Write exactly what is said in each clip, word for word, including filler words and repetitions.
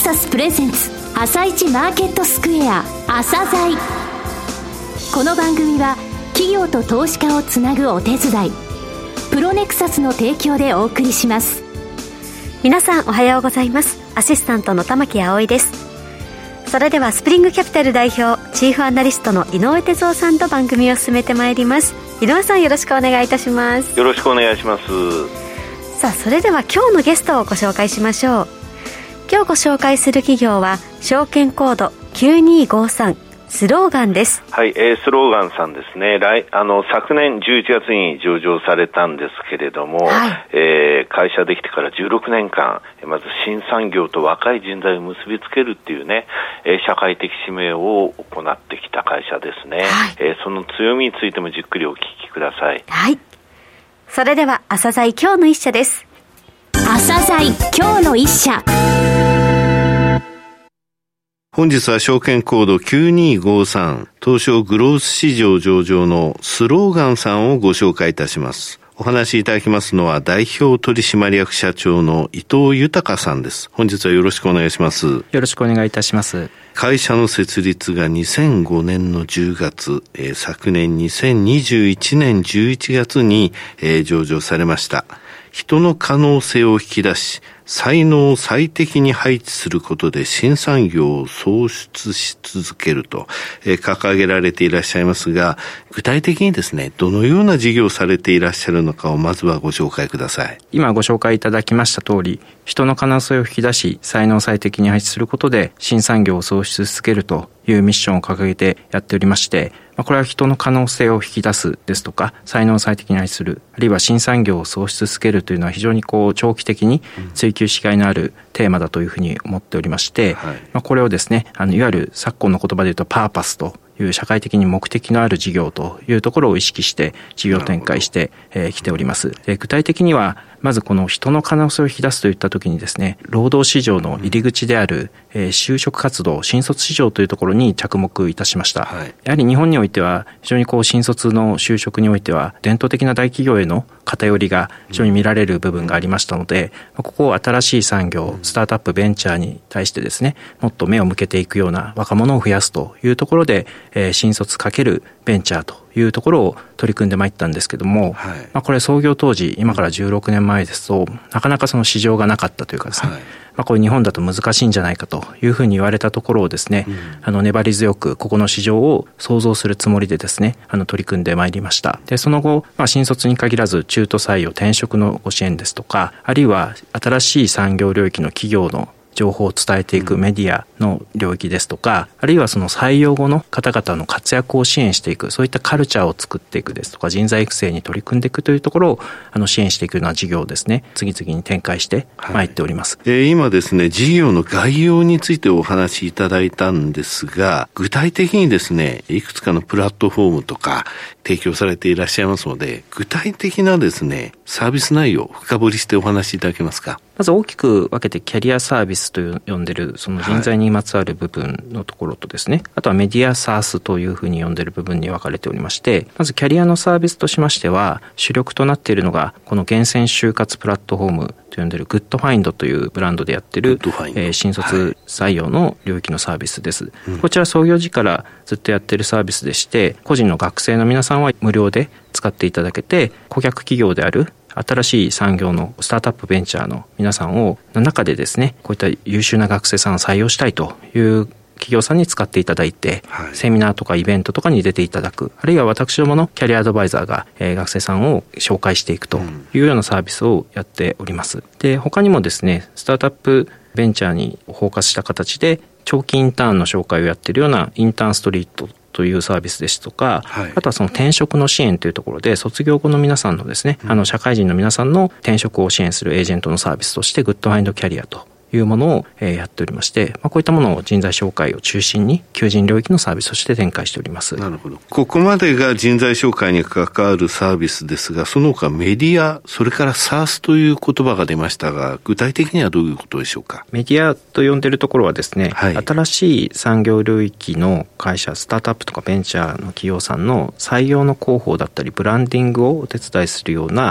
サスプレゼンツ朝一マーケットスクエア朝鮮。この番組は企業と投資家をつなぐお手伝いプロネクサスの提供でお送りします。 皆さんおはようございます。アシスタントの玉木葵です。それではスプリングキャピタル代表チーフアナリストの井上哲夫さんと番組を進めてまいります。井上さん、よろしくお願いいたします。 よろしくお願いします。 さあ、それでは今日のゲストをご紹介しましょう。今日ご紹介する企業は証券コードきゅうにーごさんスローガンです。 はい、えー、スローガンさんですね。来あの昨年じゅういちがつに上場されたんですけれども、はい、えー、会社できてからじゅうろくねんかん、まず新産業と若い人材を結びつけるっていうね、えー、社会的使命を行ってきた会社ですね。はい、えー、その強みについてもじっくりお聞きください。 はい。それでは朝鮮今日の一社です。 朝鮮今日の一社。 本日は証券コードきゅうにーごさん東証グロース市場上場のスローガンさんをご紹介いたします。お話しいただきますのは代表取締役社長の伊藤豊さんです。本日はよろしくお願いします。 よろしくお願いいたします。 会社の設立がにせんごねんのじゅうがつ、えー、昨年にせんにじゅういちねんじゅういちがつに、えー、上場されました。人の可能性を引き出し、才能を最適に配置することで新産業を創出し続けると、えー、掲げられていらっしゃいますが、具体的にですね、どのような事業をされていらっしゃるのかをまずはご紹介ください。 今ご紹介いただきました通り、人の可能性を引き出し、才能を最適に配置することで新産業を創出し続けるというミッションを掲げてやっておりまして、これは人の可能性を引き出すですとか、才能を最適に配置する、あるいは新産業を創出し続けるというのは非常にこう長期的に追求しがいのあるテーマだというふうに思っておりまして、はい、まあ、これをですね、あのいわゆる昨今の言葉で言うとパーパスという社会的に目的のある事業というところを意識して事業展開してき、えー、ております。で、具体的にはまずこの人の可能性を引き出すといったときにですね、労働市場の入り口である、えー、就職活動、新卒市場というところに着目いたしました。はい、やはり日本においては非常にこう新卒の就職においては伝統的な大企業への偏りが非常に見られる部分がありましたので、ここを新しい産業、スタートアップ、ベンチャーに対してですね、もっと目を向けていくような若者を増やすというところで、えー、新卒×ベンチャーというところを取り組んでまいったんですけども、はい、まあ、これ創業当時、今からじゅうろくねんまえですと、なかなかその市場がなかったというかですね、はい、まあ、これ日本だと難しいんじゃないかというふうに言われたところをですね、うん、あの粘り強くここの市場を創造するつもりでですね、あの取り組んでまいりました。で、その後、まあ、新卒に限らず中途採用、転職のご支援ですとか、あるいは新しい産業領域の企業の情報を伝えていくメディアの領域ですとか、あるいはその採用後の方々の活躍を支援していく、そういったカルチャーを作っていくですとか、人材育成に取り組んでいくというところをあの支援していくような事業をですね、次々に展開してまいっております。 はい、えー、今ですね、事業の概要についてお話しいただいたんですが、具体的にですね、いくつかのプラットフォームとか提供されていらっしゃいますので、具体的なですね、サービス内容を深掘りしてお話しいただけますか。 まず大きく分けてキャリアサービスと呼んでるその人材にまつわる部分のところとですね、はい、あとはメディアサースというふうに呼んでる部分に分かれておりまして、まずキャリアのサービスとしましては主力となっているのがこの厳選就活プラットフォームと呼んでるグッドファインドというブランドでやってる、えー、新卒採用の領域のサービスです。はい、こちら創業時からずっとやってるサービスでして、個人の学生の皆さんは無料で使っていただけて、顧客企業である新しい産業のスタートアップベンチャーの皆さんをの中でですね、こういった優秀な学生さんを採用したいという企業さんに使っていただいて、はい、セミナーとかイベントとかに出ていただく、あるいは私どものキャリアアドバイザーが、えー、学生さんを紹介していくというようなサービスをやっております。で、他にもですね、スタートアップベンチャーにフォーカスした形で長期インターンの紹介をやっているようなインターンストリートというサービスですとか、はい、あとはその転職の支援というところで卒業後の皆さんのですね、うん、あの社会人の皆さんの転職を支援するエージェントのサービスとしてグッドファインドキャリアというものを、えー、やっておりまして、まあ、こういったものを人材紹介を中心に求人領域のサービスとして展開しております。 なるほど。ここまでが人材紹介に関わるサービスですが、その他メディア、それから サース という言葉が出ましたが、具体的にはどういうことでしょうか。 メディアと呼んでいるところはですね、はい、新しい産業領域の会社、スタートアップとかベンチャーの企業さんの採用の広報だったりブランディングをお手伝いするような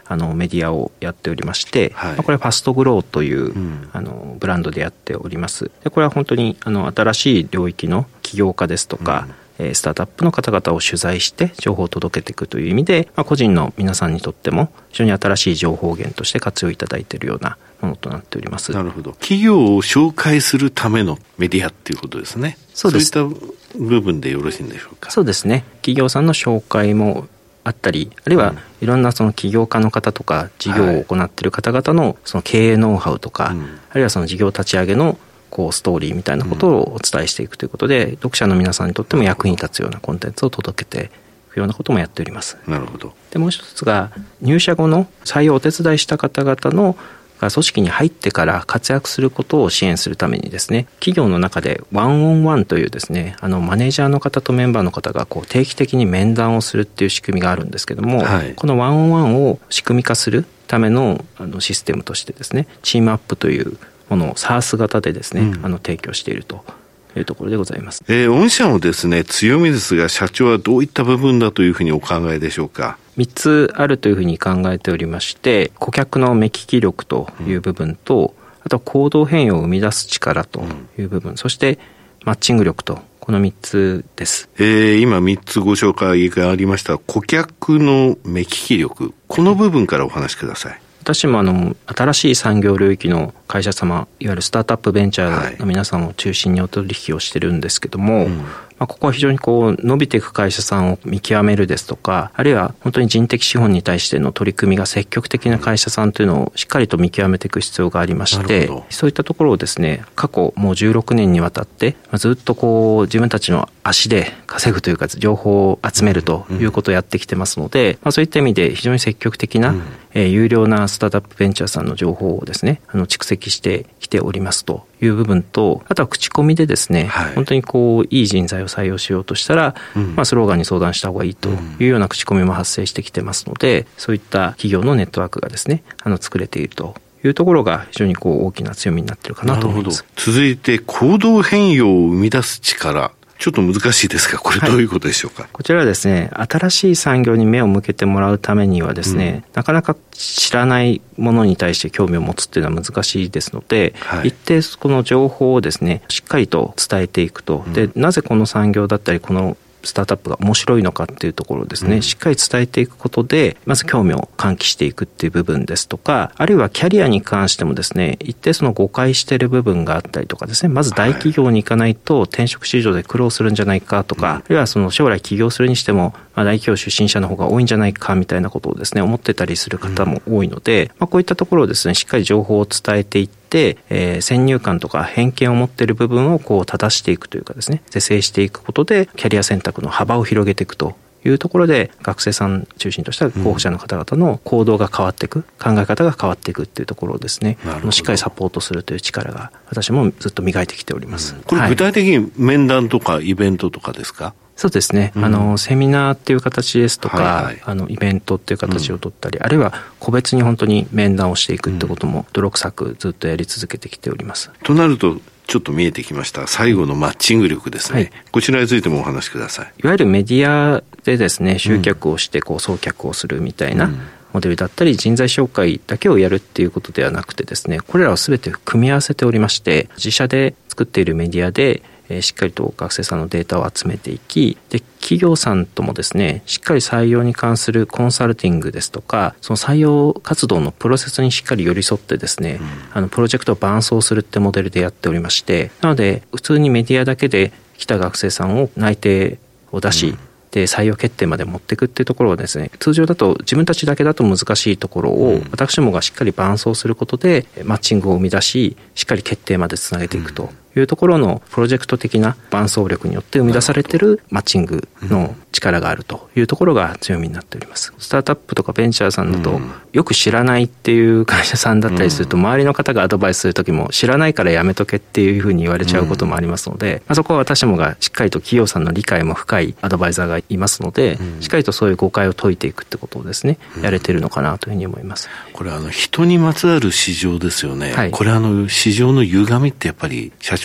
あのメディアをやっておりまして、はい、まあ、これはファストグローという、うん、あのブランドでやっております。でこれは本当にあの新しい領域の起業家ですとか、うん、スタートアップの方々を取材して情報を届けていくという意味で、まあ、個人の皆さんにとっても非常に新しい情報源として活用いただいているようなものとなっております。 なるほど。企業を紹介するためのメディアっていうことですね。 そうです。 そういった部分でよろしいんでしょうか。 そうですね。企業さんの紹介もあったり、あるいは、うん、いろんなその起業家の方とか事業を行っている方々のその経営ノウハウとか、はい、あるいはその事業立ち上げのこうストーリーみたいなことをお伝えしていくということで、うん、読者の皆さんにとっても役に立つようなコンテンツを届けていくようなこともやっております。 なるほど。 でもう一つが入社後の採用をお手伝いした方々の組織に入ってから活躍することを支援するためにですね、企業の中でワンオンワンというですね、あのマネージャーの方とメンバーの方がこう定期的に面談をするっていう仕組みがあるんですけども、はい、このワンオンワンを仕組み化するためのあのシステムとしてですね、チームアップというものを サース 型でですね、うん、あの提供しているというところでございます。 えー、御社のですね、強みですが、社長はどういった部分だというふうにお考えでしょうか。 みっつあるというふうに考えておりまして、顧客の目利き力という部分と、うん、あとは行動変容を生み出す力という部分、うん、そしてマッチング力と、このみっつです。 えー、今みっつご紹介がありました顧客の目利き力、この部分からお話しください。 私もあの新しい産業領域の会社様、いわゆるスタートアップベンチャーの皆さんを中心にお取引をしてるんですけども、うん、まあ、ここは非常にこう伸びていく会社さんを見極めるですとか、あるいは本当に人的資本に対しての取り組みが積極的な会社さんというのをしっかりと見極めていく必要がありまして、そういったところをですね、過去もうじゅうろくねんにわたってずっとこう自分たちの足で稼ぐというか情報を集めるということをやってきてますので、まあ、そういった意味で非常に積極的な、うん、えー、有料なスタートアップベンチャーさんの情報をですね、あの蓄積してきておりますという部分と、あとは口コミでですね、はい、本当にこういい人材を採用しようとしたら、うん、まあ、スローガンに相談した方がいいというような口コミも発生してきてますので、そういった企業のネットワークがですね、あの作れているというところが非常にこう大きな強みになっているかなと思います。 続いて行動変容を生み出す力、ちょっと難しいですが、これどういうことでしょうか。はい、 こちらはですね、新しい産業に目を向けてもらうためにはですね、うん、なかなか知らないものに対して興味を持つっていうのは難しいですので、はい、一定この情報をですね、しっかりと伝えていくと、うん、でなぜこの産業だったりこのスタートアップが面白いのかっていうところをですね、うん、しっかり伝えていくことで、まず興味を喚起していくっていう部分ですとか、あるいはキャリアに関してもですね、一定その誤解している部分があったりとかですね、まず大企業に行かないと転職市場で苦労するんじゃないかとか、うん、あるいはその将来起業するにしても、まあ、大企業出身者の方が多いんじゃないかみたいなことをですね、思ってたりする方も多いので、うん、まあ、こういったところをですね、しっかり情報を伝えていってで、えー、先入観とか偏見を持っている部分をこう正していくというかですね、是正していくことでキャリア選択の幅を広げていくというところで、学生さん中心とした候補者の方々の行動が変わっていく、考え方が変わっていくっていうところをですね、しっかりサポートするという力が私もずっと磨いてきております。うん、 これ具体的に面談とかイベントとかですか？はい、 そうですね、うん、あのセミナーっていう形ですとか、はいはい、あのイベントっていう形を取ったり、うん、あるいは個別に本当に面談をしていくってことも泥臭くずっとやり続けてきております。 となるとちょっと見えてきました最後のマッチング力ですね、はい、こちらについてもお話しください。 いわゆるメディアでですね、集客をしてこう送客をするみたいなモデルだったり、人材紹介だけをやるっていうことではなくてですね、これらを全て組み合わせておりまして、自社で作っているメディアでえー、しっかりと学生さんのデータを集めていき、で企業さんともですね、しっかり採用に関するコンサルティングですとか、その採用活動のプロセスにしっかり寄り添ってですね、うん、あのプロジェクトを伴走するってモデルでやっておりまして、なので普通にメディアだけで来た学生さんを内定を出し、うん、で採用決定まで持っていくっていうところはですね、通常だと自分たちだけだと難しいところを、うん、私どもがしっかり伴走することでマッチングを生み出し、しっかり決定までつなげていくと、うんいうところのプロジェクト的な伴走力によって生み出されているマッチングの力があるというところが強みになっております。スタートアップとかベンチャーさんだとよく知らないっていう会社さんだったりすると、周りの方がアドバイスするときも知らないからやめとけっていうふうに言われちゃうこともありますので、まあ、そこは私どもがしっかりと企業さんの理解も深いアドバイザーがいますので、しっかりとそういう誤解を解いていくってことをですね、やれてるのかなというふうに思います。 これあの人にまつわる市場ですよね、はい、これあの市場の歪みってやっぱり社長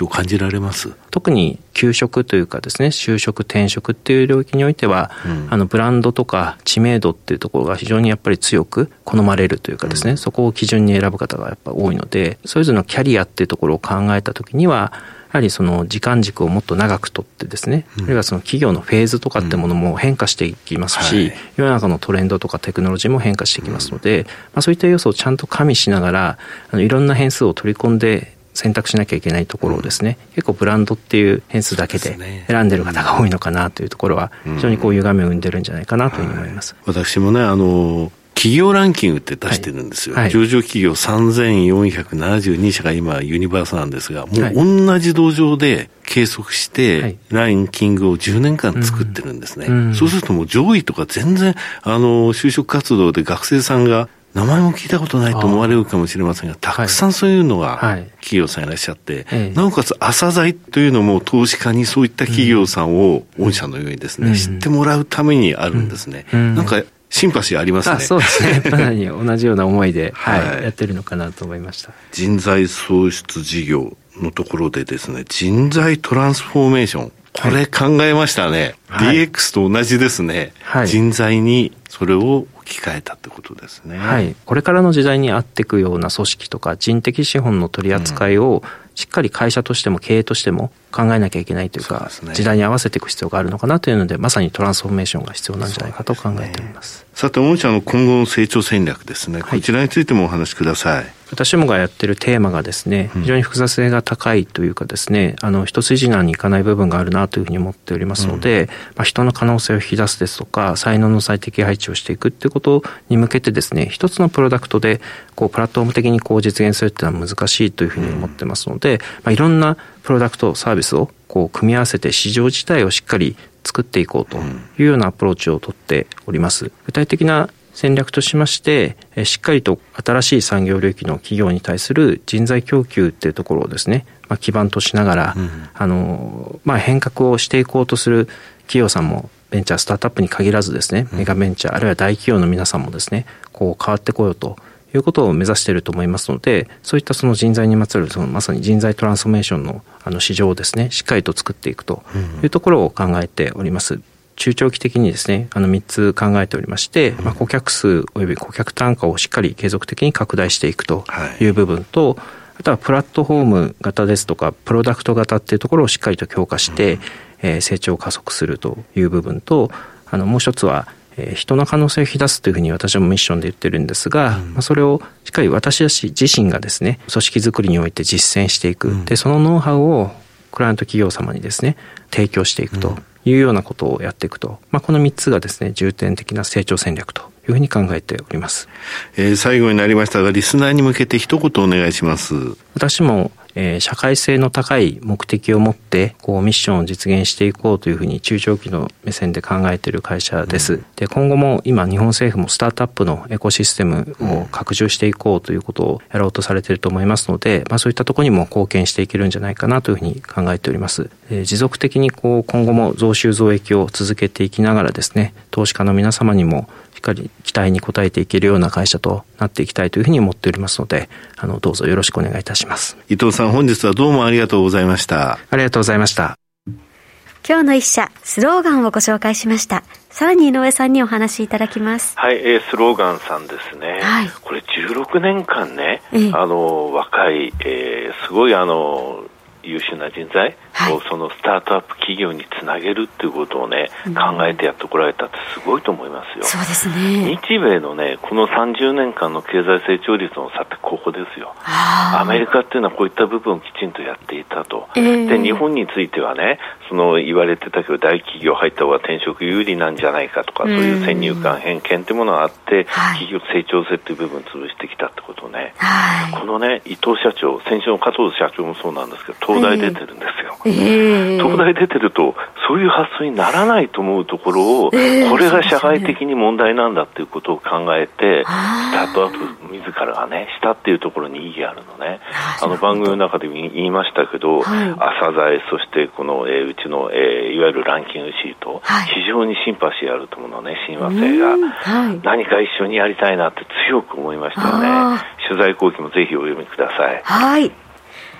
を感じられます？ 特に求職というかですね、就職転職っていう領域においては、うん、あのブランドとか知名度っていうところが非常にやっぱり強く好まれるというかですね、うん、そこを基準に選ぶ方がやっぱ多いので、それぞれのキャリアっていうところを考えたときにはやはりその時間軸をもっと長くとってですね、うん、あるいはその企業のフェーズとかってものも変化していきますし、うんはい、世の中のトレンドとかテクノロジーも変化していきますので、うんまあ、そういった要素をちゃんと加味しながらあのいろんな変数を取り込んで選択しなきゃいけないところをですね、うん、結構ブランドっていう変数だけで選んでる方が多いのかなというところは非常にこう歪みを生んでるんじゃないかなというふうに思います、 うんはい、私もねあの企業ランキングって出してるんですよ、はいはい、上場企業さんぜんよんひゃくななじゅうに社が今ユニバースなんですが、もう同じ土壌で計測してランキングをじゅうねんかん作ってるんですね、はいうん、そうするともう上位とか全然あの就職活動で学生さんが名前も聞いたことないと思われるかもしれませんが、たくさんそういうのが企業さんいらっしゃって、はいはい、なおかつ朝鮮というのも投資家にそういった企業さんを御社のようにですね、うん、知ってもらうためにあるんですね、うんうん、なんかシンパシーありますね。 あ、そうですね。かなり同じような思いで、はいはい、やってるのかなと思いました。 人材創出事業のところでですね、人材トランスフォーメーション、これ考えましたね。はい、ディーエックス と同じですね、はい。人材にそれを置き換えたってことですね。 はい。これからの時代に合っていくような組織とか人的資本の取り扱いを、しっかり会社としても経営としても考えなきゃいけないというか、う、ね、時代に合わせていく必要があるのかなというので、まさにトランスフォーメーションが必要なんじゃないかと考えております。 さて、御社の今後の成長戦略ですね、こちらについてもお話しください。はい、 私もがやってるテーマがですね、非常に複雑性が高いというかですね、あの一筋縄にいかない部分があるなというふうに思っておりますので、うんまあ、人の可能性を引き出すですとか、才能の最適配置をしていくっていうことに向けてですね、一つのプロダクトでこうプラットフォーム的にこう実現するっていうのは難しいというふうに思ってますので、うんまあ、いろんなプロダクトサービスをこう組み合わせて市場自体をしっかり作っていこうというようなアプローチをとっております。具体的な戦略としまして、しっかりと新しい産業領域の企業に対する人材供給っていうところをですね、まあ、基盤としながら、うん、あのまあ、変革をしていこうとする企業さんもベンチャースタートアップに限らずですね、メガベンチャーあるいは大企業の皆さんもですね、こう変わってこようということを目指していると思いますので、そういったその人材にまつわるそのまさに人材トランスフォーメーションのあの市場をですね、しっかりと作っていくというところを考えております。中長期的にですね、あのみっつ考えておりまして、まあ、顧客数および顧客単価をしっかり継続的に拡大していくという部分と、はい、あとはプラットフォーム型ですとかプロダクト型っていうところをしっかりと強化して、うんえー、成長を加速するという部分と、あのもう一つはえー、人の可能性を引き出すというふうに私もミッションで言ってるんですが、うんまあ、それをしっかり私たち自身がですね、組織づくりにおいて実践していく、うん、でそのノウハウをクライアント企業様にですね提供していくというようなことをやっていくと、まあ、このみっつがですね重点的な成長戦略というふうに考えております。 えー、最後になりましたが、リスナーに向けて一言お願いします。 私もえー、社会性の高い目的を持ってこうミッションを実現していこうというふうに中長期の目線で考えている会社です、うん、で今後も今日本政府もスタートアップのエコシステムを拡充していこうということをやろうとされていると思いますので、まあ、そういったところにも貢献していけるんじゃないかなというふうに考えております、えー、持続的にこう今後も増収増益を続けていきながらですね、投資家の皆様にもしっかり期待に応えていけるような会社となっていきたいというふうに思っておりますので、あのどうぞよろしくお願いいたします。 伊藤さん、本日はどうもありがとうございました。 ありがとうございました。 今日の一社スローガンをご紹介しました。さらに井上さんにお話しいただきます。 はい、えー、スローガンさんですね、はい、これじゅうろくねんかんね、えー、あの若い、えー、すごいあの優秀な人材をそのスタートアップ企業につなげるっていうことをね、うん、考えてやってこられたってすごいと思いますよ。 そうですね。 日米のねこのさんじゅうねんかんの経済成長率の差ってここですよ。アメリカっていうのはこういった部分をきちんとやっていたと、えー、で日本についてはね、その言われてたけど大企業入った方が転職有利なんじゃないかとか、そういう先入観偏見っていうものがあって、はい、企業成長性っていう部分を潰してきたってことね、はい、このね伊藤社長、先週の加藤社長もそうなんですけど東大出てるんですよ、えー、東大出てるとそういう発想にならないと思うところを、えー、これが社会的に問題なんだっていうことを考えて、スタートアップ自らがねしたっていうところに意義あるのね。あの番組の中で言いましたけど、はい、朝鮮、そしてこの、えー、うちの、えー、いわゆるランキングシート、はい、非常にシンパシーあると思うのね、親和性が、はい、何か一緒にやりたいなって強く思いましたよね。取材後期もぜひお読みください。 はい。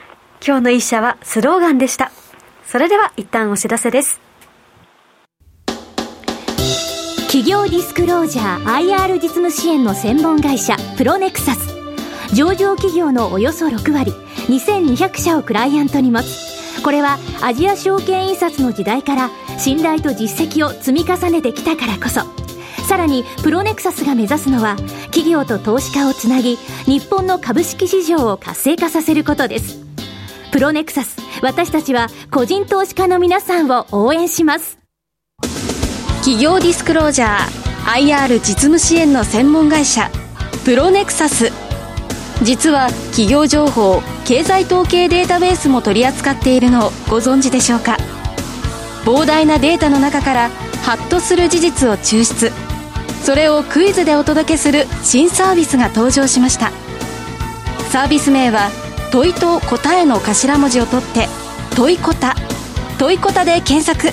今日の一社はスローガンでした。それでは一旦お知らせです。 企業ディスクロージャー アイアール 実務支援の専門会社プロネクサス。上場企業のおよそろくわり、にせんにひゃくしゃをクライアントに持つ。これはアジア証券印刷の時代から信頼と実績を積み重ねてきたからこそ。さらにプロネクサスが目指すのは企業と投資家をつなぎ、日本の株式市場を活性化させることです。プロネクサス、私たちは個人投資家の皆さんを応援します。 企業ディスクロージャー アイアール 実務支援の専門会社プロネクサス。実は企業情報、経済統計データベースも取り扱っているのをご存知でしょうか。膨大なデータの中からハッとする事実を抽出、それをクイズでお届けする新サービスが登場しました。サービス名は問いと答えの頭文字を取って問いこた。問いこたで検索。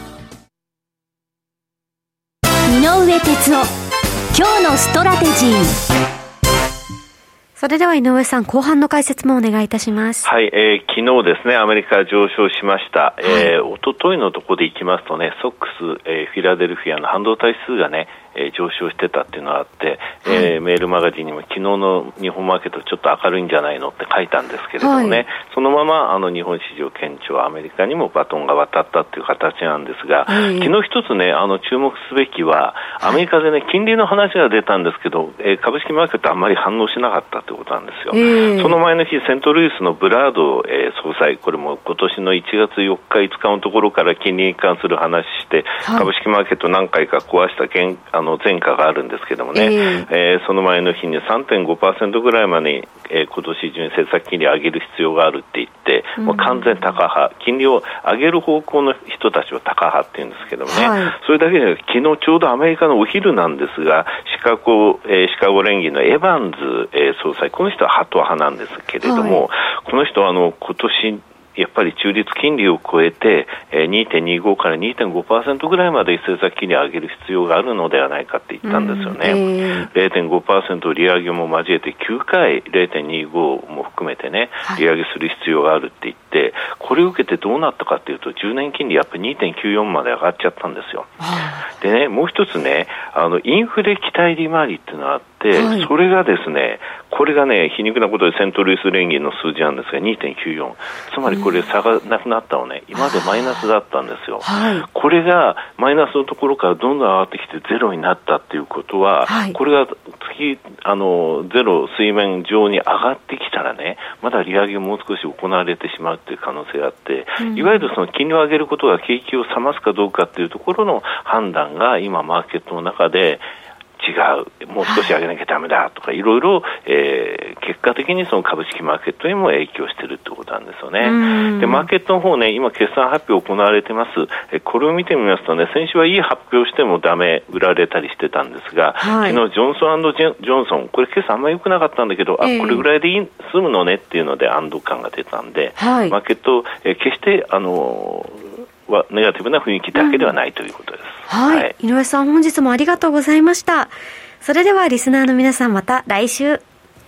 井上哲夫、今日のストラテジー。 それでは井上さん、後半の解説もお願いいたします。 はい、えー、昨日ですね、アメリカ上昇しました。はい、えー、おとといのところでいきますとね、ソックス、えー、フィラデルフィアの半導体指数がね、えー、上昇してたっていうのがあって、はい、えー、メールマガジンにも昨日の日本マーケットちょっと明るいんじゃないのって書いたんですけれどもね、はい、そのままあの日本市場堅調、アメリカにもバトンが渡ったっていう形なんですが、はい、昨日一つね、あの注目すべきは、アメリカでね、金利の話が出たんですけど、えー、株式マーケットあんまり反応しなかったということなんですよ。えー、その前の日、セントルイスのブラード、えー、総裁、これも今年のいちがつよっか、いつかのところから金利に関する話して、はい、株式マーケット何回か壊した現あの前科があるんですけどもね、えーえー、その前の日に さんてんごパーセント ぐらいまでに、えー、今年中に政策金利を上げる必要があるって言って、うん、もう完全高派、金利を上げる方向の人たちは高派って言うんですけどもね、はい、それだけで昨日ちょうどアメリカのお昼なんですが、シカゴ、えー、シカゴ連銀のエバンズ、えー、総裁、この人はハト派なんですけれども、はい、この人はあの今年やっぱり中立金利を超えて にてんにご から にてんごパーセント ぐらいまで政策金利を上げる必要があるのではないかって言ったんですよね。うんえー、ゼロてんごパーセント 利上げも交えてきゅうかい ゼロてんにご も含めてね、利上げする必要があるって言って、これを受けてどうなったかっていうと、じゅうねん金利やっぱり にてんきゅうよん まで上がっちゃったんですよ。でね、もう一つね、あのインフレ期待利回りっていうのがあって、はい、それがですね、これがね、皮肉なことでセントルイス連銀の数字なんですが にてんきゅうよん、つまりこれ差がなくなったのね、今までマイナスだったんですよ。はい、これがマイナスのところからどんどん上がってきてゼロになったっていうことは、はい、これが次あのゼロ水面上に上がってきたらね、まだ利上げもう少し行われてしまうっていう可能性があって、うん、いわゆるその金利を上げることが景気を冷ますかどうかっていうところの判断が今マーケットの中で違う、もう少し上げなきゃダメだとか、いろいろ、えー、結果的にその株式マーケットにも影響しているってことなんですよね。で、マーケットの方ね、今決算発表行われてます。えこれを見てみますとね、先週はいい発表してもダメ、売られたりしてたんですが、はい、昨日ジョンソン&ジョンソン、これ決算あんまり良くなかったんだけど、えー、あ、これぐらいでいい済むのねっていうので安堵感が出たんで、はい、マーケット、えー、決してあのー、はネガティブな雰囲気だけではないということです。 はい、はい、井上さん、本日もありがとうございました。それではリスナーの皆さん、また来週。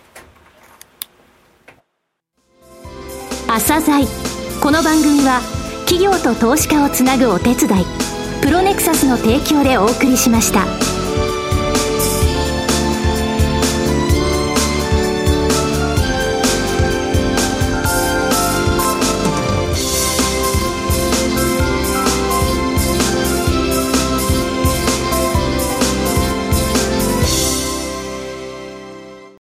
朝鮮。この番組は企業と投資家をつなぐお手伝い、プロネクサスの提供でお送りしました。